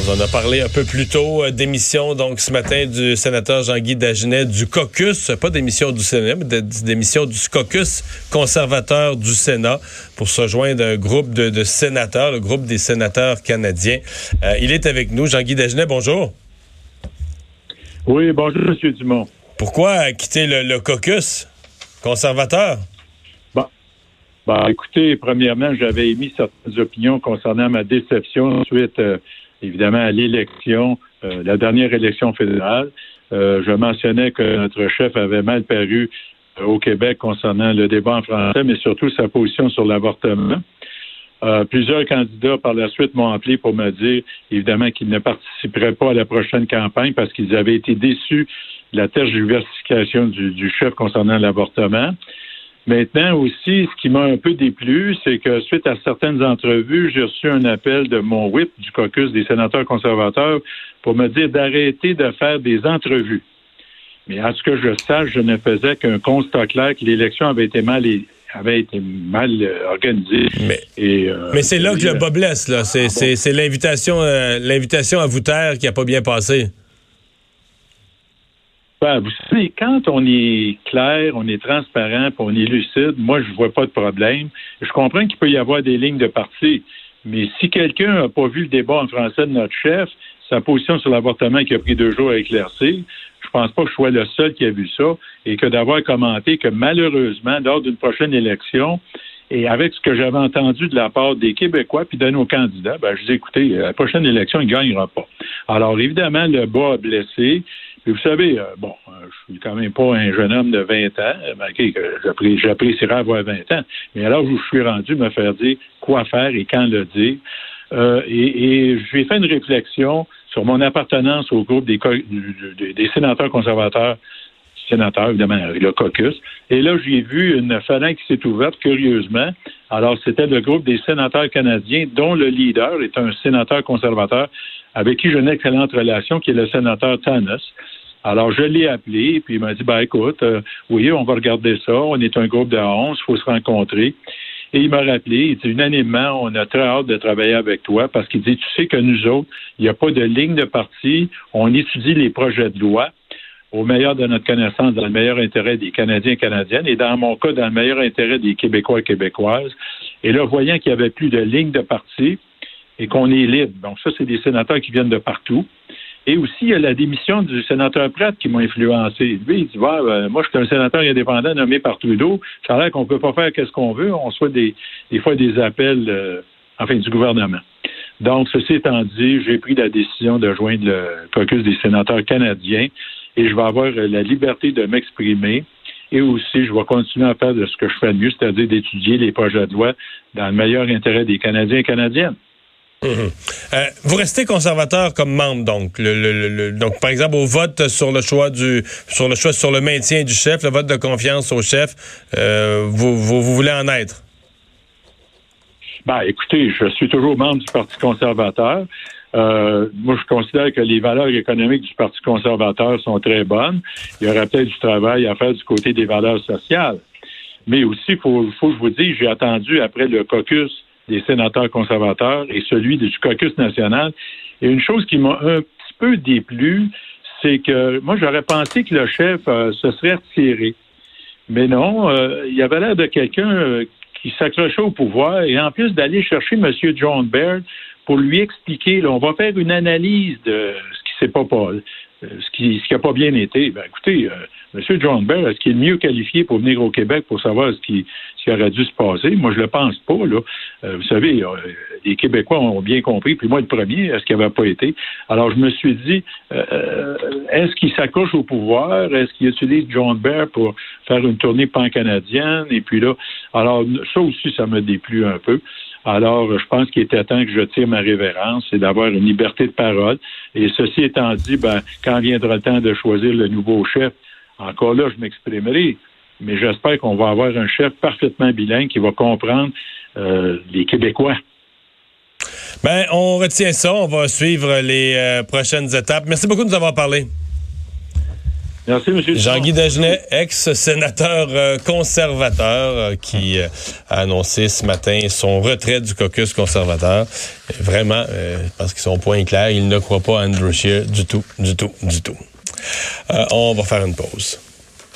On en a parlé un peu plus tôt, d'émission donc ce matin du sénateur Jean-Guy Dagenais du caucus, pas d'émission du Sénat, mais d'émission du caucus conservateur du Sénat pour se joindre à un groupe de sénateurs, le groupe des sénateurs canadiens. Il est avec nous, Jean-Guy Dagenais, bonjour. Oui, bonjour, M. Dumont. Pourquoi quitter le caucus conservateur? Écoutez, premièrement, j'avais émis certaines opinions concernant ma déception suite, évidemment, à l'élection, la dernière élection fédérale. Je mentionnais que notre chef avait mal paru au Québec concernant le débat en français, mais surtout sa position sur l'avortement. Plusieurs candidats par la suite m'ont appelé pour me dire, évidemment, qu'ils ne participeraient pas à la prochaine campagne parce qu'ils avaient été déçus de la tergiversation du chef concernant l'avortement. Maintenant aussi, ce qui m'a un peu déplu, c'est que suite à certaines entrevues, j'ai reçu un appel de mon whip du caucus des sénateurs conservateurs pour me dire d'arrêter de faire des entrevues. Mais à ce que je sache, je ne faisais qu'un constat clair que l'élection avait été mal organisée. Mais c'est là que le bas blesse, là. C'est l'invitation à vous taire qui n'a pas bien passé. Vous savez, quand on est clair, on est transparent, puis on est lucide, moi, je vois pas de problème. Je comprends qu'il peut y avoir des lignes de parti, mais si quelqu'un n'a pas vu le débat en français de notre chef, sa position sur l'avortement qui a pris 2 jours à éclaircir, je pense pas que je sois le seul qui a vu ça, et que d'avoir commenté que malheureusement, lors d'une prochaine élection, et avec ce que j'avais entendu de la part des Québécois puis de nos candidats, je dis, écoutez, la prochaine élection, il ne gagnera pas. Alors, évidemment, le bas a blessé. Puis vous savez, je suis quand même pas un jeune homme de 20 ans, malgré que j'apprécierais avoir 20 ans, mais alors où je suis rendu, me faire dire quoi faire et quand le dire. Et je vais faire une réflexion sur mon appartenance au groupe des sénateurs conservateurs, évidemment, le caucus. Et là, j'ai vu une phalange qui s'est ouverte, curieusement. Alors, c'était le groupe des sénateurs canadiens, dont le leader est un sénateur conservateur avec qui j'ai une excellente relation, qui est le sénateur Thanos. Alors, je l'ai appelé, puis il m'a dit, écoute, oui, on va regarder ça, on est un groupe de 11, il faut se rencontrer. Et il m'a rappelé, il dit, unanimement, on a très hâte de travailler avec toi, parce qu'il dit, tu sais que nous autres, il n'y a pas de ligne de parti, on étudie les projets de loi au meilleur de notre connaissance, dans le meilleur intérêt des Canadiens et Canadiennes, et dans mon cas, dans le meilleur intérêt des Québécois et Québécoises. Et là, voyant qu'il n'y avait plus de ligne de parti et qu'on est libre, donc ça, c'est des sénateurs qui viennent de partout. Et aussi, il y a la démission du sénateur Pratt qui m'a influencé. Lui, il dit, moi, je suis un sénateur indépendant nommé par Trudeau. Ça a l'air qu'on ne peut pas faire ce qu'on veut. On reçoit des fois des appels, du gouvernement. Donc, ceci étant dit, j'ai pris la décision de joindre le caucus des sénateurs canadiens et je vais avoir la liberté de m'exprimer. Et aussi, je vais continuer à faire de ce que je fais de mieux, c'est-à-dire d'étudier les projets de loi dans le meilleur intérêt des Canadiens et Canadiennes. Vous restez conservateur comme membre, donc. Donc, par exemple, au vote sur le choix sur le maintien du chef, le vote de confiance au chef, vous voulez en être? Écoutez, je suis toujours membre du Parti conservateur. Moi, je considère que les valeurs économiques du Parti conservateur sont très bonnes. Il y aurait peut-être du travail à faire du côté des valeurs sociales. Mais aussi, il faut que je vous dise, j'ai attendu après le caucus des sénateurs conservateurs et celui du caucus national. Et une chose qui m'a un petit peu déplu, c'est que moi, j'aurais pensé que le chef se serait retiré. Mais non, il avait l'air de quelqu'un qui s'accrochait au pouvoir et en plus d'aller chercher M. John Baird pour lui expliquer, là, on va faire une analyse de ce qui s'est pas ce qui a pas bien été. Écoutez, M. John Baird, est-ce qu'il est mieux qualifié pour venir au Québec pour savoir ce qui aurait dû se passer? Moi, je le pense pas, là. Vous savez, les Québécois ont bien compris, puis moi, le premier, est-ce qu'il n'avait pas été? Alors, je me suis dit, est-ce qu'il s'accroche au pouvoir? Est-ce qu'il utilise John Baird pour faire une tournée pan-canadienne? Et puis là, alors, ça aussi, ça m'a déplu un peu. Alors, je pense qu'il était temps que je tire ma révérence et d'avoir une liberté de parole. Et ceci étant dit, quand viendra le temps de choisir le nouveau chef, encore là, je m'exprimerai. Mais j'espère qu'on va avoir un chef parfaitement bilingue qui va comprendre les Québécois. On retient ça. On va suivre les prochaines étapes. Merci beaucoup de nous avoir parlé. Merci, M. Jean-Guy Dagenet, ex-sénateur conservateur, qui a annoncé ce matin son retrait du caucus conservateur. Vraiment, je pense que son point est clair, il ne croit pas à Andrew Scheer du tout. On va faire une pause.